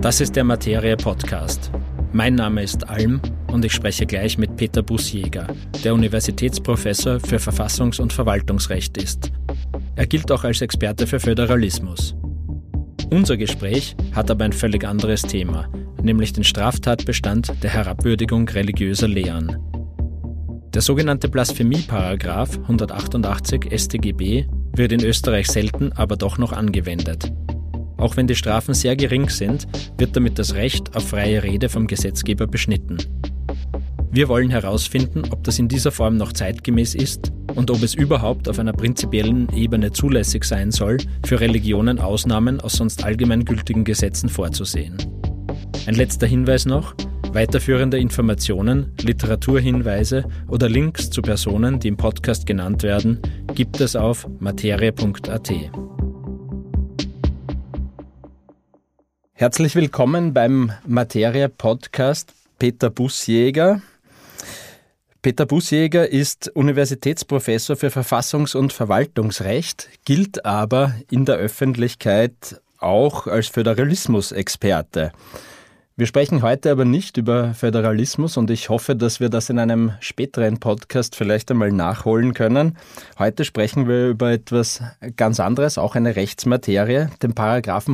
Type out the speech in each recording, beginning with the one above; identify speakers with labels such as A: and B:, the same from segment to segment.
A: Das ist der Materie-Podcast. Mein Name ist Alm und ich spreche gleich mit Peter Bussjäger, der Universitätsprofessor für Verfassungs- und Verwaltungsrecht ist. Er gilt auch als Experte für Föderalismus. Unser Gespräch hat aber ein völlig anderes Thema, nämlich den Straftatbestand der Herabwürdigung religiöser Lehren. Der sogenannte Blasphemie-Paragraph 188 StGB wird in Österreich selten, aber doch noch angewendet. Auch wenn die Strafen sehr gering sind, wird damit das Recht auf freie Rede vom Gesetzgeber beschnitten. Wir wollen herausfinden, ob das in dieser Form noch zeitgemäß ist und ob es überhaupt auf einer prinzipiellen Ebene zulässig sein soll, für Religionen Ausnahmen aus sonst allgemeingültigen Gesetzen vorzusehen. Ein letzter Hinweis noch: Weiterführende Informationen, Literaturhinweise oder Links zu Personen, die im Podcast genannt werden, gibt es auf materie.at. Herzlich willkommen beim Materie-Podcast Peter Bussjäger. Peter Bussjäger ist Universitätsprofessor für Verfassungs- und Verwaltungsrecht, gilt aber in der Öffentlichkeit auch als Föderalismusexperte. Wir sprechen heute aber nicht über Föderalismus und ich hoffe, dass wir das in einem späteren Podcast vielleicht einmal nachholen können. Heute sprechen wir über etwas ganz anderes, auch eine Rechtsmaterie, den Paragraphen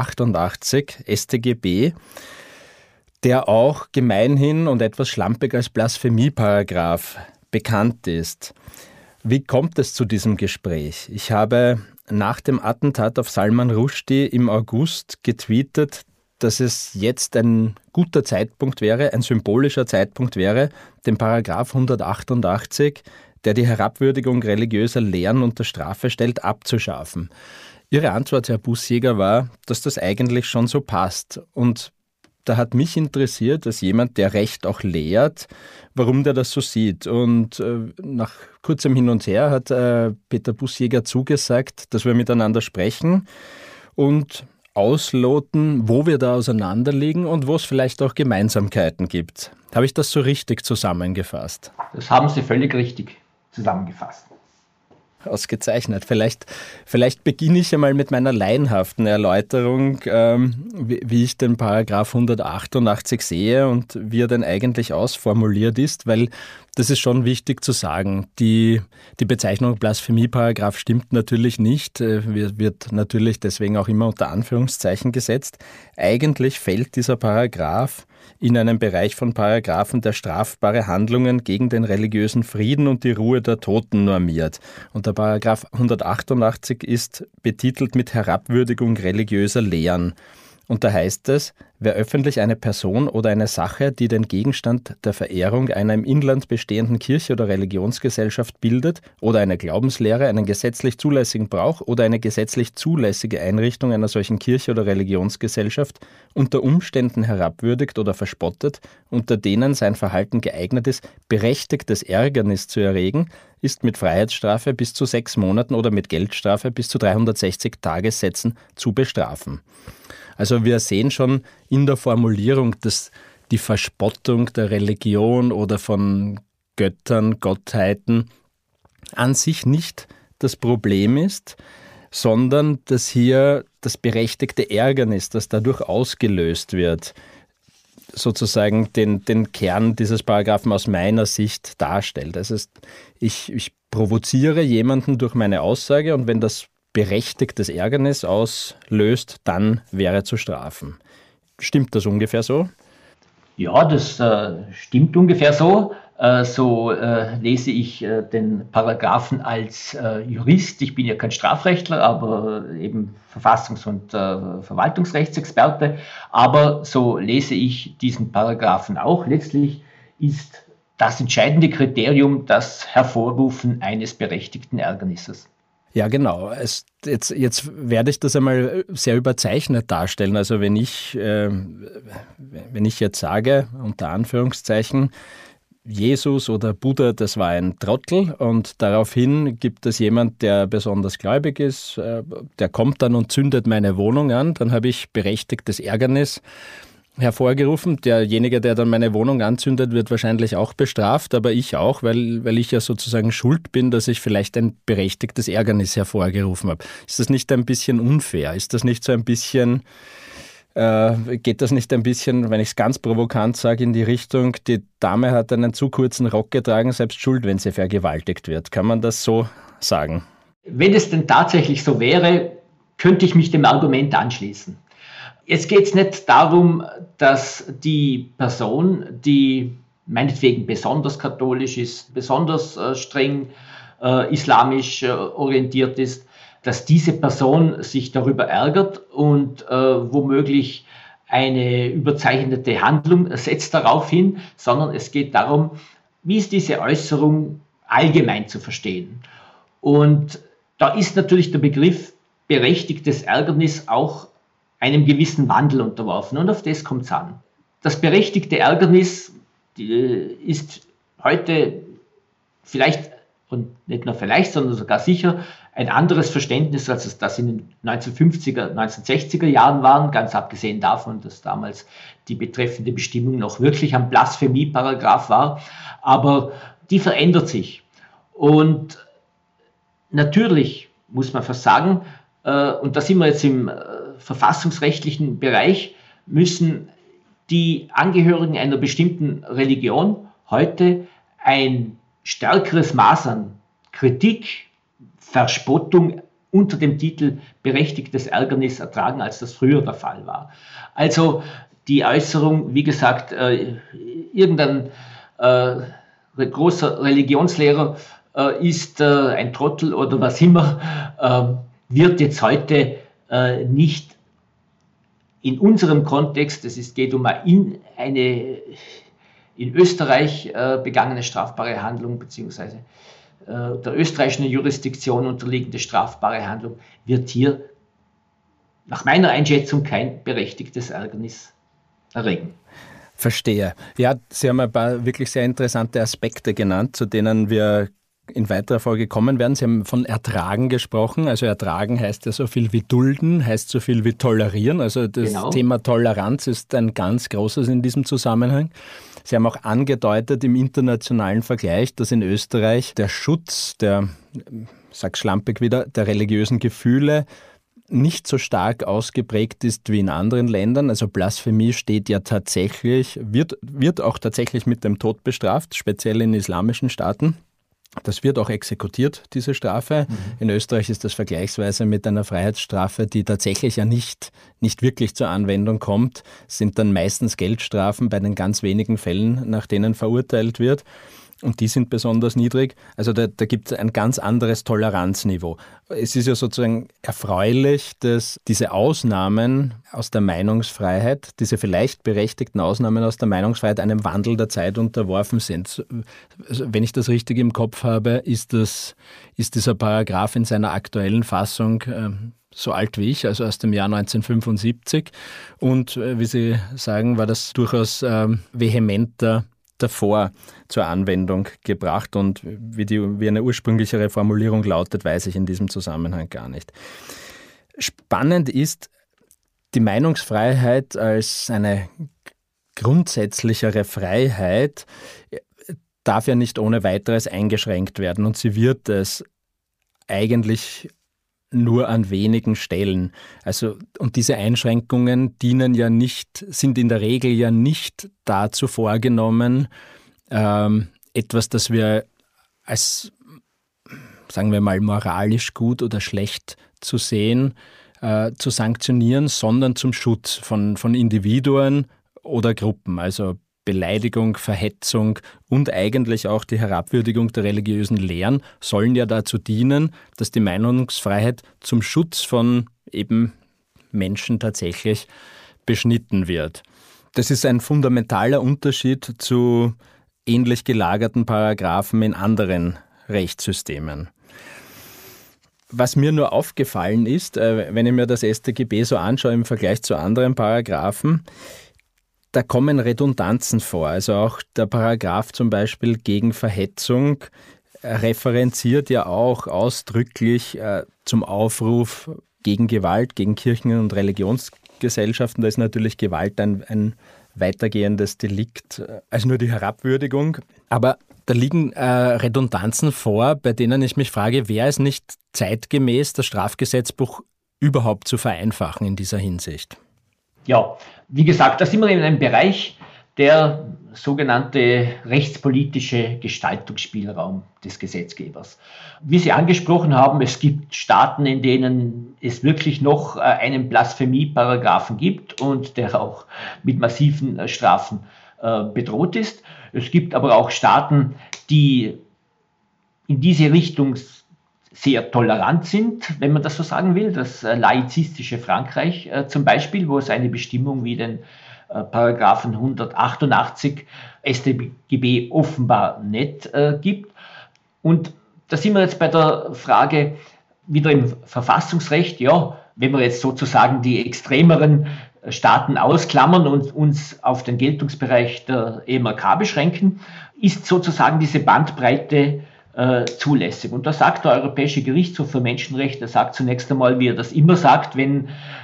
A: 188 StGB, der auch gemeinhin und etwas schlampig als Blasphemie-Paragraph bekannt ist. Wie kommt es zu diesem Gespräch? Ich habe nach dem Attentat auf Salman Rushdie im August getweetet, dass es jetzt ein guter Zeitpunkt wäre, ein symbolischer Zeitpunkt wäre, den Paragraph 188, der die Herabwürdigung religiöser Lehren unter Strafe stellt, abzuschaffen. Ihre Antwort, Herr Bussjäger, war, dass das eigentlich schon so passt. Und da hat mich interessiert, als jemand, der Recht auch lehrt, warum der das so sieht. Und nach kurzem Hin und Her hat Peter Bussjäger zugesagt, dass wir miteinander sprechen und ausloten, wo wir da auseinanderliegen und wo es vielleicht auch Gemeinsamkeiten gibt. Habe ich das so richtig zusammengefasst?
B: Das haben Sie völlig richtig zusammengefasst.
A: Ausgezeichnet. Vielleicht beginne ich einmal mit meiner laienhaften Erläuterung, wie ich den Paragraph 188 sehe und wie er denn eigentlich ausformuliert ist, weil das ist schon wichtig zu sagen. Die Bezeichnung Blasphemie-Paragraph stimmt natürlich nicht, wird natürlich deswegen auch immer unter Anführungszeichen gesetzt. Eigentlich fällt dieser Paragraph in einem Bereich von Paragraphen, der strafbare Handlungen gegen den religiösen Frieden und die Ruhe der Toten normiert. Und der Paragraph 188 ist betitelt mit Herabwürdigung religiöser Lehren. Und da heißt es, wer öffentlich eine Person oder eine Sache, die den Gegenstand der Verehrung einer im Inland bestehenden Kirche oder Religionsgesellschaft bildet, oder eine Glaubenslehre, einen gesetzlich zulässigen Brauch oder eine gesetzlich zulässige Einrichtung einer solchen Kirche oder Religionsgesellschaft unter Umständen herabwürdigt oder verspottet, unter denen sein Verhalten geeignet ist, berechtigtes Ärgernis zu erregen, ist mit Freiheitsstrafe bis zu 6 Monaten oder mit Geldstrafe bis zu 360 Tagessätzen zu bestrafen. Also wir sehen schon in der Formulierung, dass die Verspottung der Religion oder von Göttern, Gottheiten an sich nicht das Problem ist, sondern dass hier das berechtigte Ärgernis, das dadurch ausgelöst wird, sozusagen den Kern dieses Paragraphen aus meiner Sicht darstellt. Das heißt, ich provoziere jemanden durch meine Aussage und wenn das berechtigtes Ärgernis auslöst, dann wäre zu strafen. Stimmt das ungefähr so?
B: Ja, das stimmt ungefähr so. So lese ich den Paragraphen als Jurist. Ich bin ja kein Strafrechtler, aber eben Verfassungs- und Verwaltungsrechtsexperte. Aber so lese ich diesen Paragraphen auch. Letztlich ist das entscheidende Kriterium das Hervorrufen eines berechtigten Ärgernisses.
A: Ja, genau. Jetzt werde ich das einmal sehr überzeichnet darstellen. Also wenn ich jetzt sage, unter Anführungszeichen, Jesus oder Buddha, das war ein Trottel und daraufhin gibt es jemand, der besonders gläubig ist, der kommt dann und zündet meine Wohnung an, dann habe ich berechtigtes Ärgernis hervorgerufen. Derjenige, der dann meine Wohnung anzündet, wird wahrscheinlich auch bestraft, aber ich auch, weil ich ja sozusagen schuld bin, dass ich vielleicht ein berechtigtes Ärgernis hervorgerufen habe. Ist das nicht ein bisschen unfair? Ist das nicht so ein bisschen Geht das nicht ein bisschen, wenn ich es ganz provokant sage, in die Richtung, die Dame hat einen zu kurzen Rock getragen, selbst schuld, wenn sie vergewaltigt wird? Kann man das so sagen?
B: Wenn es denn tatsächlich so wäre, könnte ich mich dem Argument anschließen. Jetzt geht es nicht darum, dass die Person, die meinetwegen besonders katholisch ist, besonders streng islamisch orientiert ist, dass diese Person sich darüber ärgert und womöglich eine überzeichnete Handlung setzt darauf hin, sondern es geht darum, wie ist diese Äußerung allgemein zu verstehen. Und da ist natürlich der Begriff berechtigtes Ärgernis auch einem gewissen Wandel unterworfen und auf das kommt es an. Das berechtigte Ärgernis ist heute vielleicht, und nicht nur vielleicht, sondern sogar sicher, ein anderes Verständnis, als es das in den 1950er, 1960er Jahren waren, ganz abgesehen davon, dass damals die betreffende Bestimmung noch wirklich ein Blasphemie-Paragraph war, aber die verändert sich. Und natürlich muss man fast sagen, und da sind wir jetzt im verfassungsrechtlichen Bereich, müssen die Angehörigen einer bestimmten Religion heute ein stärkeres Maß an Kritik, Verspottung unter dem Titel berechtigtes Ärgernis ertragen, als das früher der Fall war. Also die Äußerung, wie gesagt, irgendein großer Religionslehrer ist ein Trottel oder was immer, wird jetzt heute nicht in unserem Kontext, geht um eine in Österreich begangene strafbare Handlung beziehungsweise der österreichischen Jurisdiktion unterliegende strafbare Handlung, wird hier nach meiner Einschätzung kein berechtigtes Ärgernis erregen.
A: Verstehe. Ja, Sie haben ein paar wirklich sehr interessante Aspekte genannt, zu denen wir in weiterer Folge kommen werden. Sie haben von Ertragen gesprochen. Also ertragen heißt ja so viel wie dulden, heißt so viel wie tolerieren. Also das Thema Toleranz ist ein ganz großes in diesem Zusammenhang. Sie haben auch angedeutet im internationalen Vergleich, dass in Österreich der Schutz der, sag schlampig wieder, der religiösen Gefühle nicht so stark ausgeprägt ist wie in anderen Ländern. Also Blasphemie steht ja tatsächlich, wird auch tatsächlich mit dem Tod bestraft, speziell in islamischen Staaten. Das wird auch exekutiert, diese Strafe. In Österreich ist das vergleichsweise mit einer Freiheitsstrafe, die tatsächlich ja nicht wirklich zur Anwendung kommt. Es sind dann meistens Geldstrafen bei den ganz wenigen Fällen, nach denen verurteilt wird. Und die sind besonders niedrig. Also da gibt es ein ganz anderes Toleranzniveau. Es ist ja sozusagen erfreulich, dass diese Ausnahmen aus der Meinungsfreiheit, diese vielleicht berechtigten Ausnahmen aus der Meinungsfreiheit einem Wandel der Zeit unterworfen sind. Also wenn ich das richtig im Kopf habe, ist dieser Paragraph in seiner aktuellen Fassung so alt wie ich, also aus dem Jahr 1975. Und wie Sie sagen, war das durchaus vehementer davor zur Anwendung gebracht und wie eine ursprünglichere Formulierung lautet, weiß ich in diesem Zusammenhang gar nicht. Spannend ist, die Meinungsfreiheit als eine grundsätzlichere Freiheit darf ja nicht ohne weiteres eingeschränkt werden und sie wird es eigentlich nur an wenigen Stellen. Also, und diese Einschränkungen sind in der Regel ja nicht dazu vorgenommen, etwas, das wir als, sagen wir mal, moralisch gut oder schlecht zu sehen, zu sanktionieren, sondern zum Schutz von Individuen oder Gruppen. Also Beleidigung, Verhetzung und eigentlich auch die Herabwürdigung der religiösen Lehren sollen ja dazu dienen, dass die Meinungsfreiheit zum Schutz von eben Menschen tatsächlich beschnitten wird. Das ist ein fundamentaler Unterschied zu ähnlich gelagerten Paragraphen in anderen Rechtssystemen. Was mir nur aufgefallen ist, wenn ich mir das StGB so anschaue im Vergleich zu anderen Paragraphen, da kommen Redundanzen vor. Also auch der Paragraph zum Beispiel gegen Verhetzung referenziert ja auch ausdrücklich zum Aufruf gegen Gewalt, gegen Kirchen- und Religionsgesellschaften. Da ist natürlich Gewalt ein weitergehendes Delikt als nur die Herabwürdigung. Aber da liegen Redundanzen vor, bei denen ich mich frage, wäre es nicht zeitgemäß, das Strafgesetzbuch überhaupt zu vereinfachen in dieser Hinsicht?
B: Ja, wie gesagt, da sind wir in einem Bereich, der sogenannte rechtspolitische Gestaltungsspielraum des Gesetzgebers. Wie Sie angesprochen haben, es gibt Staaten, in denen es wirklich noch einen Blasphemie-Paragraphen gibt und der auch mit massiven Strafen bedroht ist. Es gibt aber auch Staaten, die in diese Richtung sehr tolerant sind, wenn man das so sagen will. Das laizistische Frankreich zum Beispiel, wo es eine Bestimmung wie den Paragraphen 188 StGB offenbar nicht gibt. Und da sind wir jetzt bei der Frage wieder im Verfassungsrecht, ja, wenn wir jetzt sozusagen die extremeren Staaten ausklammern und uns auf den Geltungsbereich der EMRK beschränken, ist sozusagen diese Bandbreite zulässig. Und da sagt der Europäische Gerichtshof für Menschenrechte, sagt zunächst einmal, wie er das immer sagt, wenn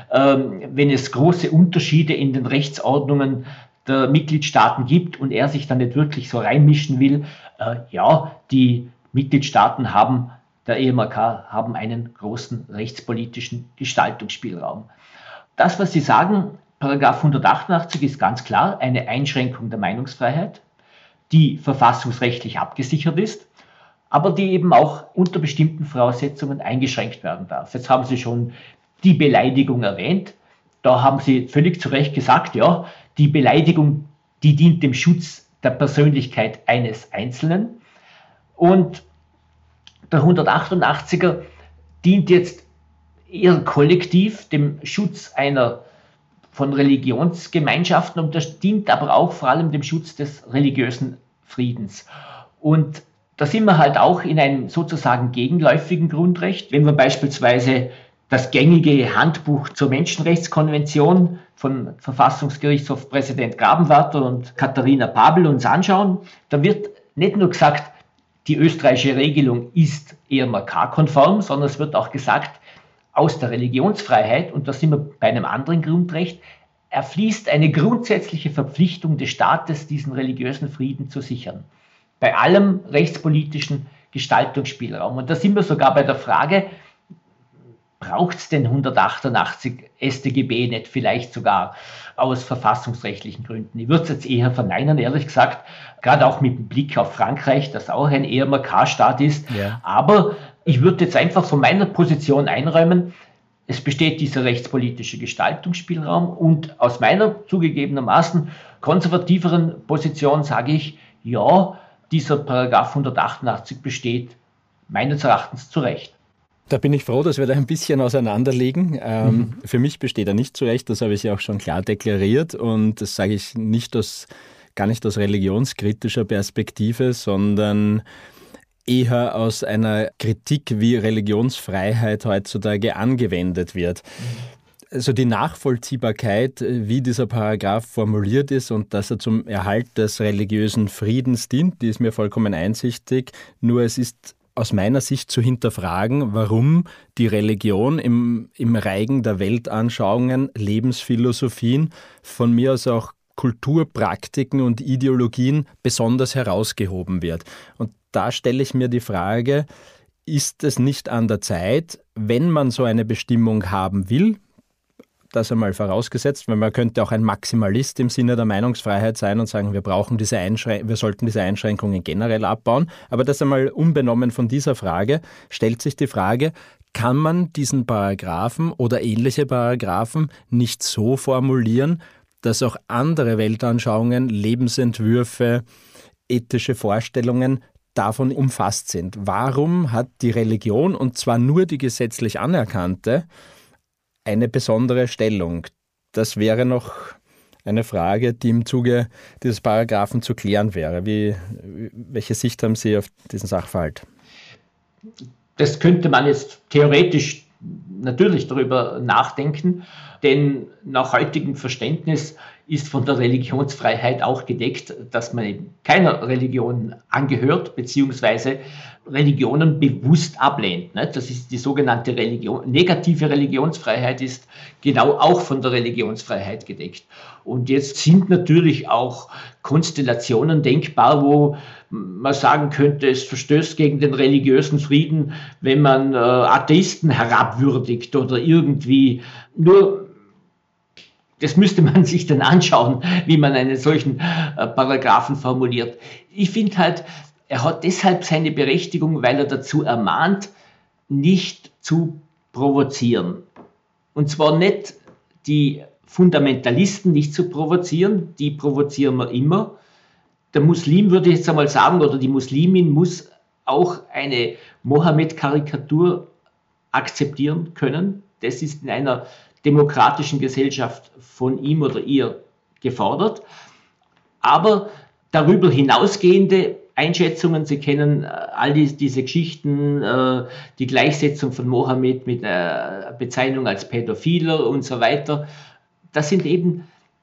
B: es große Unterschiede in den Rechtsordnungen der Mitgliedstaaten gibt und er sich dann nicht wirklich so reinmischen will, ja, die Mitgliedstaaten der EMRK haben einen großen rechtspolitischen Gestaltungsspielraum. Das, was Sie sagen, Paragraph 188 ist ganz klar eine Einschränkung der Meinungsfreiheit, die verfassungsrechtlich abgesichert ist, aber die eben auch unter bestimmten Voraussetzungen eingeschränkt werden darf. Jetzt haben Sie schon die Beleidigung erwähnt. Da haben Sie völlig zu Recht gesagt, ja, die Beleidigung, die dient dem Schutz der Persönlichkeit eines Einzelnen. Und der 188er dient jetzt eher kollektiv dem Schutz von Religionsgemeinschaften und das dient aber auch vor allem dem Schutz des religiösen Friedens. Und da sind wir halt auch in einem sozusagen gegenläufigen Grundrecht. Wenn wir beispielsweise das gängige Handbuch zur Menschenrechtskonvention von Verfassungsgerichtshof Präsident Grabenwarter und Katharina Pabel uns anschauen, da wird nicht nur gesagt, die österreichische Regelung ist EMRK-konform, sondern es wird auch gesagt, aus der Religionsfreiheit, und da sind wir bei einem anderen Grundrecht, erfließt eine grundsätzliche Verpflichtung des Staates, diesen religiösen Frieden zu sichern. Bei allem rechtspolitischen Gestaltungsspielraum. Und da sind wir sogar bei der Frage, braucht es den 188 StGB nicht vielleicht sogar aus verfassungsrechtlichen Gründen? Ich würde es jetzt eher verneinen, ehrlich gesagt, gerade auch mit dem Blick auf Frankreich, das auch ein EMRK-Staat ist. Ja. Aber ich würde jetzt einfach von meiner Position einräumen, es besteht dieser rechtspolitische Gestaltungsspielraum und aus meiner zugegebenermaßen konservativeren Position sage ich, ja, dieser Paragraph 188 besteht meines Erachtens zu Recht.
A: Da bin ich froh, dass wir da ein bisschen auseinanderliegen. Für mich besteht er nicht zu Recht, das habe ich ja auch schon klar deklariert und das sage ich gar nicht aus religionskritischer Perspektive, sondern eher aus einer Kritik, wie Religionsfreiheit heutzutage angewendet wird. Also die Nachvollziehbarkeit, wie dieser Paragraph formuliert ist und dass er zum Erhalt des religiösen Friedens dient, die ist mir vollkommen einsichtig. Nur es ist aus meiner Sicht zu hinterfragen, warum die Religion im Reigen der Weltanschauungen, Lebensphilosophien, von mir aus auch Kulturpraktiken und Ideologien besonders herausgehoben wird. Und da stelle ich mir die Frage, ist es nicht an der Zeit, wenn man so eine Bestimmung haben will, das einmal vorausgesetzt, weil man könnte auch ein Maximalist im Sinne der Meinungsfreiheit sein und sagen, wir sollten diese Einschränkungen generell abbauen. Aber das einmal unbenommen von dieser Frage, stellt sich die Frage, kann man diesen Paragraphen oder ähnliche Paragraphen nicht so formulieren, dass auch andere Weltanschauungen, Lebensentwürfe, ethische Vorstellungen davon umfasst sind? Warum hat die Religion, und zwar nur die gesetzlich anerkannte, eine besondere Stellung? Das wäre noch eine Frage, die im Zuge dieses Paragraphen zu klären wäre. Welche Sicht haben Sie auf diesen Sachverhalt?
B: Das könnte man jetzt theoretisch natürlich darüber nachdenken, denn nach heutigem Verständnis ist von der Religionsfreiheit auch gedeckt, dass man eben keiner Religion angehört, beziehungsweise Religionen bewusst ablehnt. Das ist die sogenannte negative Religionsfreiheit ist genau auch von der Religionsfreiheit gedeckt. Und jetzt sind natürlich auch Konstellationen denkbar, wo man sagen könnte, es verstößt gegen den religiösen Frieden, wenn man Atheisten herabwürdigt oder irgendwie. Nur Das müsste man sich dann anschauen, wie man einen solchen Paragraphen formuliert. Ich finde halt, er hat deshalb seine Berechtigung, weil er dazu ermahnt, nicht zu provozieren. Und zwar nicht die Fundamentalisten nicht zu provozieren, die provozieren wir immer. Der Muslim, würde ich jetzt einmal sagen, oder die Muslimin muss auch eine Mohammed-Karikatur akzeptieren können. Das ist in einer demokratischen Gesellschaft von ihm oder ihr gefordert. Aber darüber hinausgehende Einschätzungen, Sie kennen all diese Geschichten, die Gleichsetzung von Mohammed mit Bezeichnung als Pädophiler und so weiter, das sind eben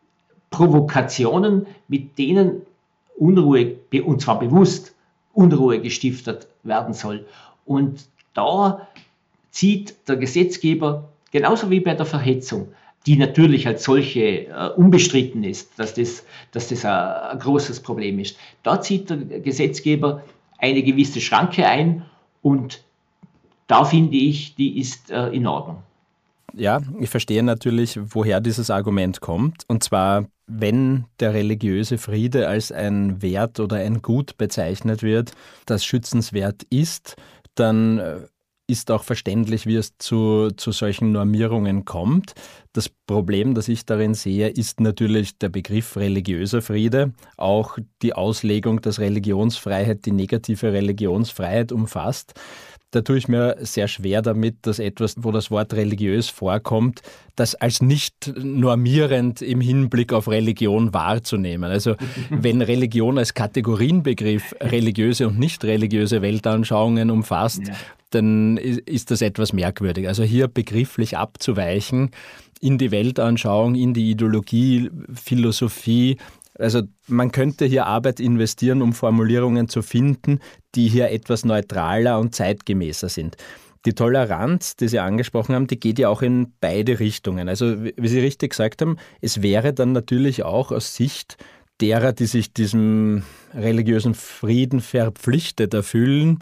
B: Provokationen, mit denen Unruhe, und zwar bewusst Unruhe gestiftet werden soll. Und da zieht der Gesetzgeber, genauso wie bei der Verhetzung, die natürlich als solche unbestritten ist, dass das ein großes Problem ist. Da zieht der Gesetzgeber eine gewisse Schranke ein und da finde ich, die ist in Ordnung.
A: Ja, ich verstehe natürlich, woher dieses Argument kommt. Und zwar, wenn der religiöse Friede als ein Wert oder ein Gut bezeichnet wird, das schützenswert ist, dann ist auch verständlich, wie es zu solchen Normierungen kommt. Das Problem, das ich darin sehe, ist natürlich der Begriff religiöser Friede, auch die Auslegung, dass Religionsfreiheit die negative Religionsfreiheit umfasst. Da tue ich mir sehr schwer damit, dass etwas, wo das Wort religiös vorkommt, das als nicht normierend im Hinblick auf Religion wahrzunehmen. Also wenn Religion als Kategorienbegriff religiöse und nicht religiöse Weltanschauungen umfasst, dann ist das etwas merkwürdig. Also hier begrifflich abzuweichen in die Weltanschauung, in die Ideologie, Philosophie. Also man könnte hier Arbeit investieren, um Formulierungen zu finden, die hier etwas neutraler und zeitgemäßer sind. Die Toleranz, die Sie angesprochen haben, die geht ja auch in beide Richtungen. Also wie Sie richtig gesagt haben, es wäre dann natürlich auch aus Sicht derer, die sich diesem religiösen Frieden verpflichtet erfüllen,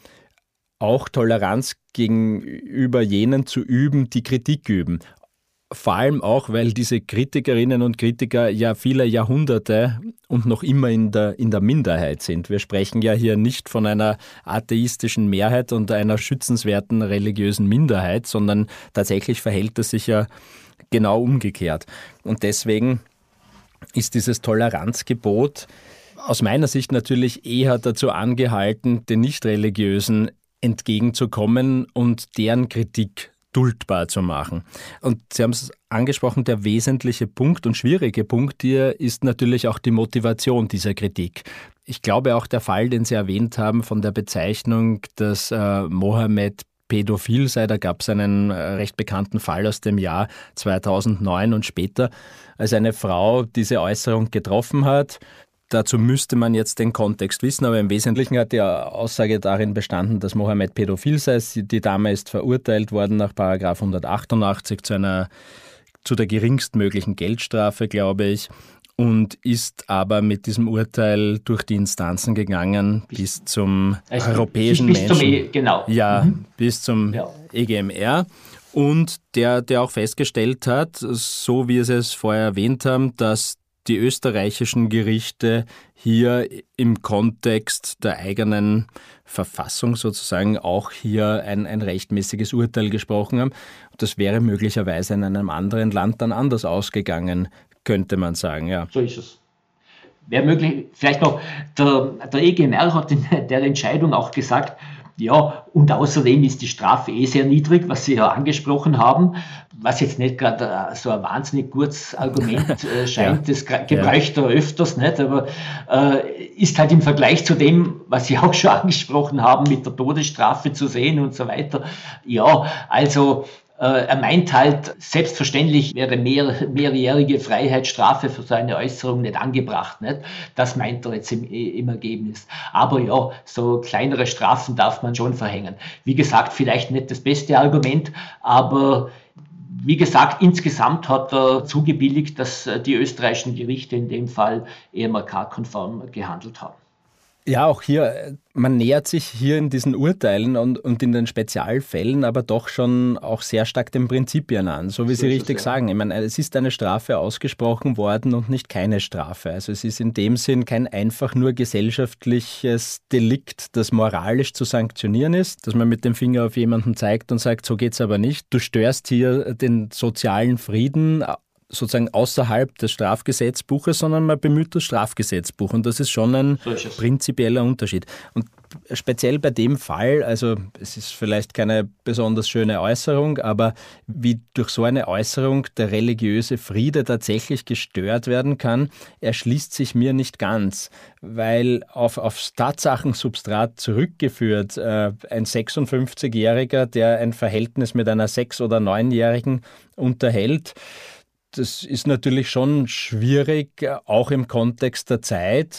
A: auch Toleranz gegenüber jenen zu üben, die Kritik üben. Vor allem auch, weil diese Kritikerinnen und Kritiker ja viele Jahrhunderte und noch immer in der Minderheit sind. Wir sprechen ja hier nicht von einer atheistischen Mehrheit und einer schützenswerten religiösen Minderheit, sondern tatsächlich verhält es sich ja genau umgekehrt. Und deswegen ist dieses Toleranzgebot aus meiner Sicht natürlich eher dazu angehalten, den Nichtreligiösen entgegenzukommen und deren Kritik duldbar zu machen. Und Sie haben es angesprochen, der wesentliche Punkt und schwierige Punkt hier ist natürlich auch die Motivation dieser Kritik. Ich glaube auch der Fall, den Sie erwähnt haben von der Bezeichnung, dass Mohammed pädophil sei, da gab es einen recht bekannten Fall aus dem Jahr 2009 und später, als eine Frau diese Äußerung getroffen hat. Dazu müsste man jetzt den Kontext wissen, aber im Wesentlichen hat die Aussage darin bestanden, dass Mohammed pädophil sei. Die Dame ist verurteilt worden nach § 188 zu der geringstmöglichen Geldstrafe, glaube ich, und ist aber mit diesem Urteil durch die Instanzen gegangen bis zum Europäischen bis zum EGMR. Und der auch festgestellt hat, so wie Sie es vorher erwähnt haben, dass die österreichischen Gerichte hier im Kontext der eigenen Verfassung sozusagen auch hier ein rechtmäßiges Urteil gesprochen haben. Das wäre möglicherweise in einem anderen Land dann anders ausgegangen, könnte man sagen. Ja.
B: So ist es. Wäre möglich, vielleicht noch, der EGMR hat in der Entscheidung auch gesagt, ja, und außerdem ist die Strafe sehr niedrig, was Sie ja angesprochen haben, was jetzt nicht gerade so ein wahnsinnig gutes Argument scheint, das gebräuchte er öfters nicht, aber ist halt im Vergleich zu dem, was Sie auch schon angesprochen haben, mit der Todesstrafe zu sehen und so weiter. Ja, also er meint halt, selbstverständlich wäre mehrjährige Freiheitsstrafe für so eine Äußerung nicht angebracht. Nicht? Das meint er jetzt im Ergebnis. Aber ja, so kleinere Strafen darf man schon verhängen. Wie gesagt, vielleicht nicht das beste Argument, aber wie gesagt, insgesamt hat er zugebilligt, dass die österreichischen Gerichte in dem Fall EMRK-konform gehandelt haben.
A: Ja, auch hier, man nähert sich hier in diesen Urteilen und in den Spezialfällen aber doch schon auch sehr stark den Prinzipien an, so wie
B: So
A: Sie
B: ist es,
A: richtig
B: ja.
A: sagen. Ich meine, es ist eine Strafe ausgesprochen worden und nicht keine Strafe. Also es ist in dem Sinn kein einfach nur gesellschaftliches Delikt, das moralisch zu sanktionieren ist, dass man mit dem Finger auf jemanden zeigt und sagt, so geht's aber nicht. Du störst hier den sozialen Frieden, sozusagen außerhalb des Strafgesetzbuches, sondern man bemüht das Strafgesetzbuch. Und das ist schon ein
B: So ist es.
A: prinzipieller Unterschied. Und speziell bei dem Fall, also es ist vielleicht keine besonders schöne Äußerung, aber wie durch so eine Äußerung der religiöse Friede tatsächlich gestört werden kann, erschließt sich mir nicht ganz, weil aufs Tatsachensubstrat zurückgeführt, ein 56-Jähriger, der ein Verhältnis mit einer 6- oder 9-Jährigen unterhält, das ist natürlich schon schwierig, auch im Kontext der Zeit,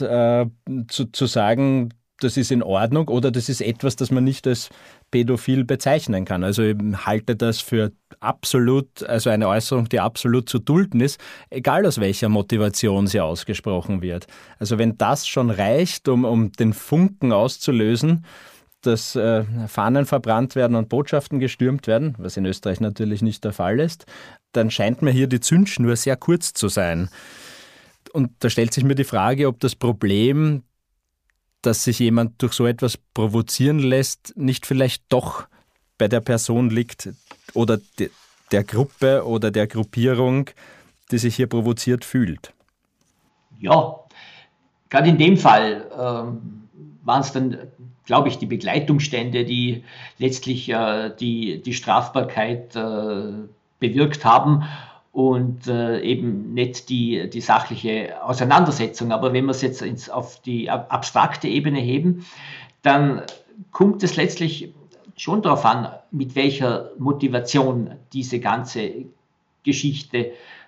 A: zu sagen, das ist in Ordnung oder das ist etwas, das man nicht als pädophil bezeichnen kann. Also ich halte das für absolut, also eine Äußerung, die absolut zu dulden ist, egal aus welcher Motivation sie ausgesprochen wird. Also wenn das schon reicht, um den Funken auszulösen, dass Fahnen verbrannt werden und Botschaften gestürmt werden, was in Österreich natürlich nicht der Fall ist, dann scheint mir hier die Zündschnur sehr kurz zu sein. Und da stellt sich mir die Frage, ob das Problem, dass sich jemand durch so etwas provozieren lässt, nicht vielleicht doch bei der Person liegt oder der Gruppe oder der Gruppierung, die sich hier provoziert fühlt.
B: Ja, gerade in dem Fall waren es dann, glaube ich, die Begleitumstände, die letztlich die Strafbarkeit bewirkt haben und eben nicht die sachliche Auseinandersetzung. Aber wenn wir es jetzt auf die abstrakte Ebene heben, dann kommt es letztlich schon darauf an, mit welcher Motivation diese ganze Geschichte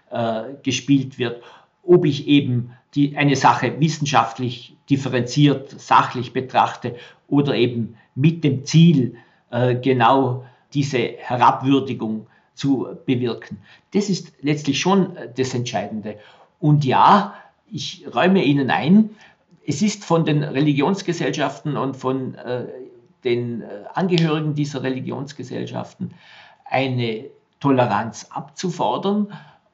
B: gespielt wird, ob ich eben eine Sache wissenschaftlich differenziert, sachlich betrachte oder eben mit dem Ziel, genau diese Herabwürdigung zu bewirken. Das ist letztlich schon das Entscheidende. Und ja, ich räume Ihnen ein, es ist von den Religionsgesellschaften und von den Angehörigen dieser Religionsgesellschaften eine Toleranz abzufordern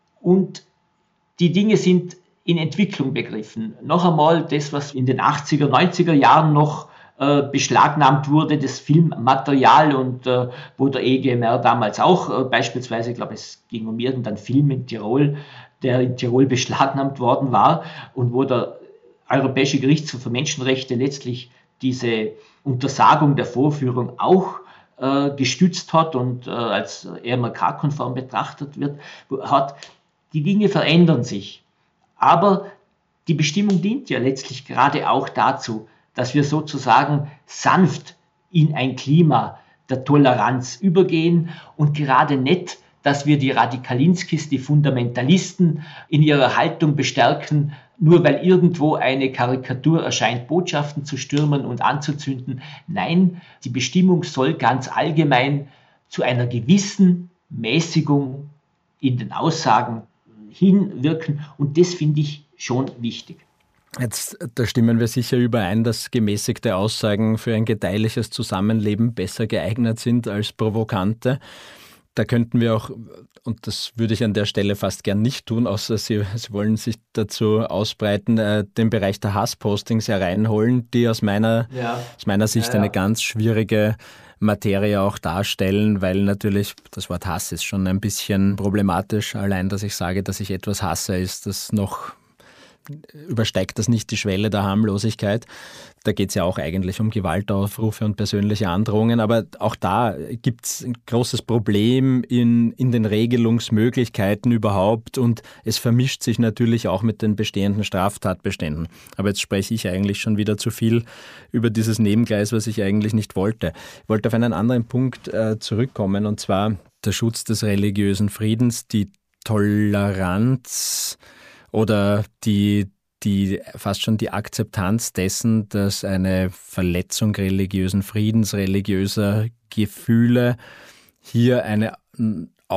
B: und die Dinge sind in Entwicklung begriffen. Noch einmal das, was in den 80er, 90er Jahren noch beschlagnahmt wurde, das Filmmaterial und wo der EGMR damals auch beispielsweise, ich glaube, es ging um irgendeinen Film in Tirol, der in Tirol beschlagnahmt worden war und wo der Europäische Gerichtshof für Menschenrechte letztlich diese Untersagung der Vorführung auch gestützt hat und als EMRK-konform betrachtet wird, hat. Die Dinge verändern sich. Aber die Bestimmung dient ja letztlich gerade auch dazu, dass wir sozusagen sanft in ein Klima der Toleranz übergehen und gerade nicht, dass wir die Radikalinskis, die Fundamentalisten in ihrer Haltung bestärken, nur weil irgendwo eine Karikatur erscheint, Botschaften zu stürmen und anzuzünden. Nein, die Bestimmung soll ganz allgemein zu einer gewissen Mäßigung in den Aussagen hinwirken und das finde ich schon wichtig.
A: Jetzt, da stimmen wir sicher überein, dass gemäßigte Aussagen für ein gedeihliches Zusammenleben besser geeignet sind als provokante. Da könnten wir auch, und das würde ich an der Stelle fast gern nicht tun, außer Sie wollen sich dazu ausbreiten, den Bereich der Hasspostings hereinholen, die aus meiner Sicht eine ganz schwierige Materie auch darstellen, weil natürlich das Wort Hass ist schon ein bisschen problematisch. Allein, dass ich sage, dass ich etwas hasse, ist das noch, übersteigt das nicht die Schwelle der Harmlosigkeit. Da geht es ja auch eigentlich um Gewaltaufrufe und persönliche Androhungen, aber auch da gibt es ein großes Problem in den Regelungsmöglichkeiten überhaupt und es vermischt sich natürlich auch mit den bestehenden Straftatbeständen. Aber jetzt spreche ich eigentlich schon wieder zu viel über dieses Nebengleis, was ich eigentlich nicht wollte. Ich wollte auf einen anderen Punkt zurückkommen, und zwar der Schutz des religiösen Friedens, die Toleranz oder die fast schon die Akzeptanz dessen, dass eine Verletzung religiösen Friedens, religiöser Gefühle hier eine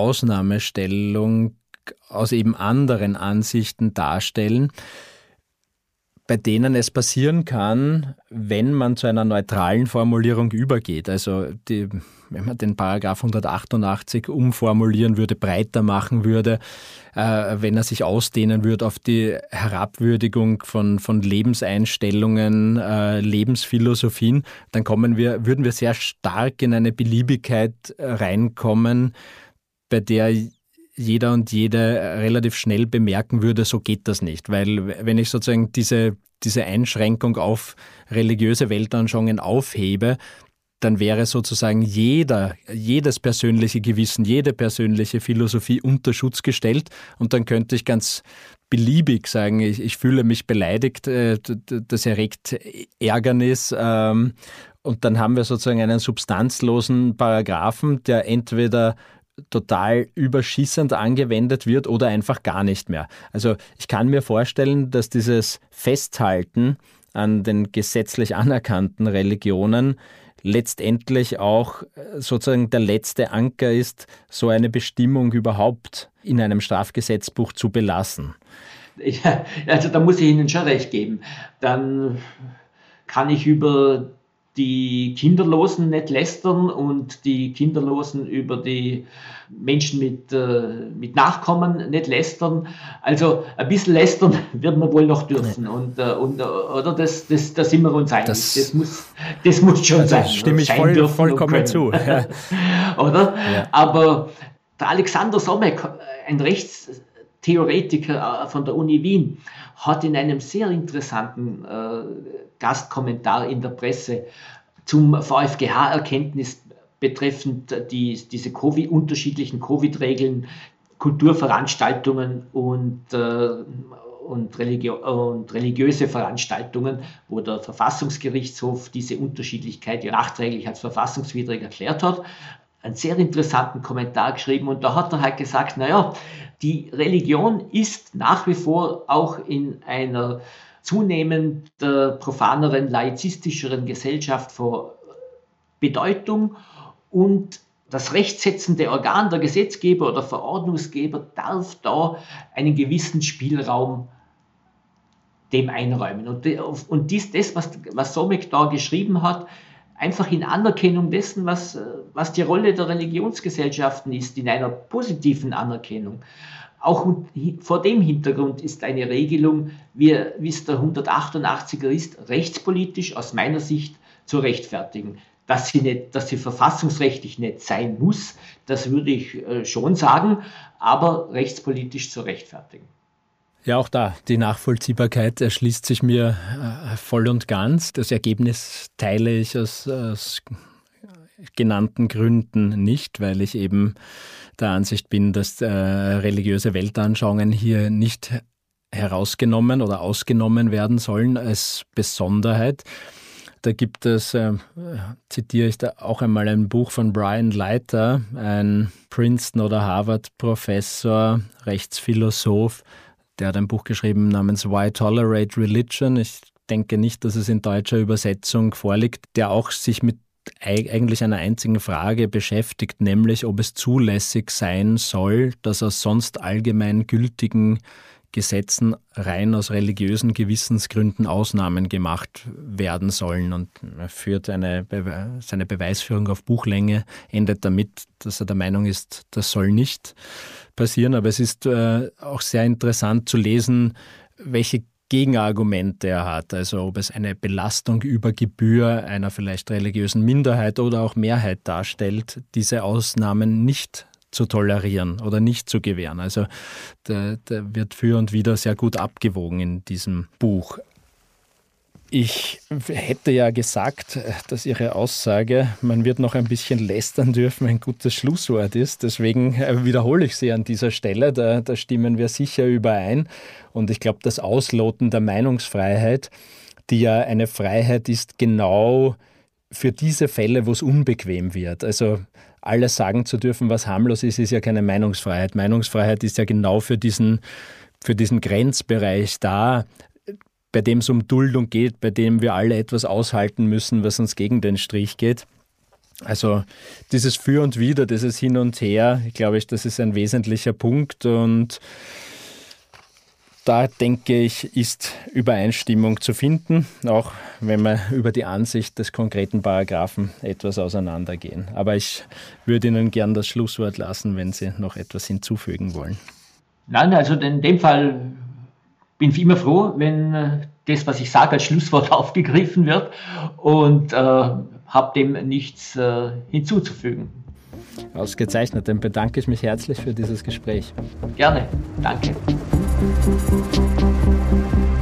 A: Ausnahmestellung aus eben anderen Ansichten darstellen. bei denen es passieren kann, wenn man zu einer neutralen Formulierung übergeht. Also wenn man den Paragraph 188 umformulieren würde, breiter machen würde, wenn er sich ausdehnen würde auf die Herabwürdigung von Lebenseinstellungen, Lebensphilosophien, dann würden wir sehr stark in eine Beliebigkeit reinkommen, bei der jeder und jede relativ schnell bemerken würde, so geht das nicht. Weil wenn ich sozusagen diese Einschränkung auf religiöse Weltanschauungen aufhebe, dann wäre sozusagen jedes persönliche Gewissen, jede persönliche Philosophie unter Schutz gestellt und dann könnte ich ganz beliebig sagen, ich fühle mich beleidigt, das erregt Ärgernis und dann haben wir sozusagen einen substanzlosen Paragraphen, der entweder total überschießend angewendet wird oder einfach gar nicht mehr. Also ich kann mir vorstellen, dass dieses Festhalten an den gesetzlich anerkannten Religionen letztendlich auch sozusagen der letzte Anker ist, so eine Bestimmung überhaupt in einem Strafgesetzbuch zu belassen.
B: Ja, also da muss ich Ihnen schon recht geben. Dann kann ich über die Kinderlosen nicht lästern und die Kinderlosen über die Menschen mit Nachkommen nicht lästern. Also ein bisschen lästern wird man wohl noch dürfen. Oder das sind wir uns einig. Das muss schon sein. Das
A: stimme ich vollkommen zu. Ja.
B: Oder? Ja. Aber der Alexander Somek, ein Rechtstheoretiker von der Uni Wien, hat in einem sehr interessanten Gastkommentar in der Presse zum VfGH-Erkenntnis betreffend diese unterschiedlichen Covid-Regeln, Kulturveranstaltungen und religiöse Veranstaltungen, wo der Verfassungsgerichtshof diese Unterschiedlichkeit nachträglich als verfassungswidrig erklärt hat, einen sehr interessanten Kommentar geschrieben und da hat er halt gesagt, naja, die Religion ist nach wie vor auch in einer zunehmend profaneren, laizistischeren Gesellschaft von Bedeutung und das rechtsetzende Organ, der Gesetzgeber oder Verordnungsgeber, darf da einen gewissen Spielraum dem einräumen. Und das, was Somek da geschrieben hat, einfach in Anerkennung dessen, was die Rolle der Religionsgesellschaften ist, in einer positiven Anerkennung. Auch vor dem Hintergrund ist eine Regelung, wie es der 188er ist, rechtspolitisch aus meiner Sicht zu rechtfertigen. Dass sie verfassungsrechtlich nicht sein muss, das würde ich schon sagen, aber rechtspolitisch zu rechtfertigen.
A: Ja, auch da, die Nachvollziehbarkeit erschließt sich mir voll und ganz. Das Ergebnis teile ich aus genannten Gründen nicht, weil ich eben der Ansicht bin, dass religiöse Weltanschauungen hier nicht herausgenommen oder ausgenommen werden sollen als Besonderheit. Da gibt es, zitiere ich da auch einmal ein Buch von Brian Leiter, ein Princeton- oder Harvard-Professor, Rechtsphilosoph, der hat ein Buch geschrieben namens Why Tolerate Religion? Ich denke nicht, dass es in deutscher Übersetzung vorliegt, der auch sich mit eigentlich einer einzigen Frage beschäftigt, nämlich ob es zulässig sein soll, dass aus sonst allgemein gültigen Gesetzen rein aus religiösen Gewissensgründen Ausnahmen gemacht werden sollen. Und er führt seine Beweisführung auf Buchlänge, endet damit, dass er der Meinung ist, das soll nicht passieren. Aber es ist auch sehr interessant zu lesen, welche Gegenargumente er hat, also ob es eine Belastung über Gebühr einer vielleicht religiösen Minderheit oder auch Mehrheit darstellt, diese Ausnahmen nicht zu tolerieren oder nicht zu gewähren. Also da wird für und wider sehr gut abgewogen in diesem Buch. Ich hätte ja gesagt, dass Ihre Aussage, man wird noch ein bisschen lästern dürfen, ein gutes Schlusswort ist. Deswegen wiederhole ich sie an dieser Stelle. Da stimmen wir sicher überein. Und ich glaube, das Ausloten der Meinungsfreiheit, die ja eine Freiheit ist, genau für diese Fälle, wo es unbequem wird. Also alles sagen zu dürfen, was harmlos ist, ist ja keine Meinungsfreiheit. Meinungsfreiheit ist ja genau für diesen Grenzbereich da, bei dem es um Duldung geht, bei dem wir alle etwas aushalten müssen, was uns gegen den Strich geht. Also dieses Für und Wider, dieses Hin und Her, glaube ich, das ist ein wesentlicher Punkt. Und Da denke ich, ist Übereinstimmung zu finden, auch wenn wir über die Ansicht des konkreten Paragraphen etwas auseinandergehen. Aber ich würde Ihnen gern das Schlusswort lassen, wenn Sie noch etwas hinzufügen wollen.
B: Nein, also in dem Fall bin ich immer froh, wenn das, was ich sage, als Schlusswort aufgegriffen wird und habe dem nichts hinzuzufügen.
A: Ausgezeichnet, dann bedanke ich mich herzlich für dieses Gespräch.
B: Gerne, danke.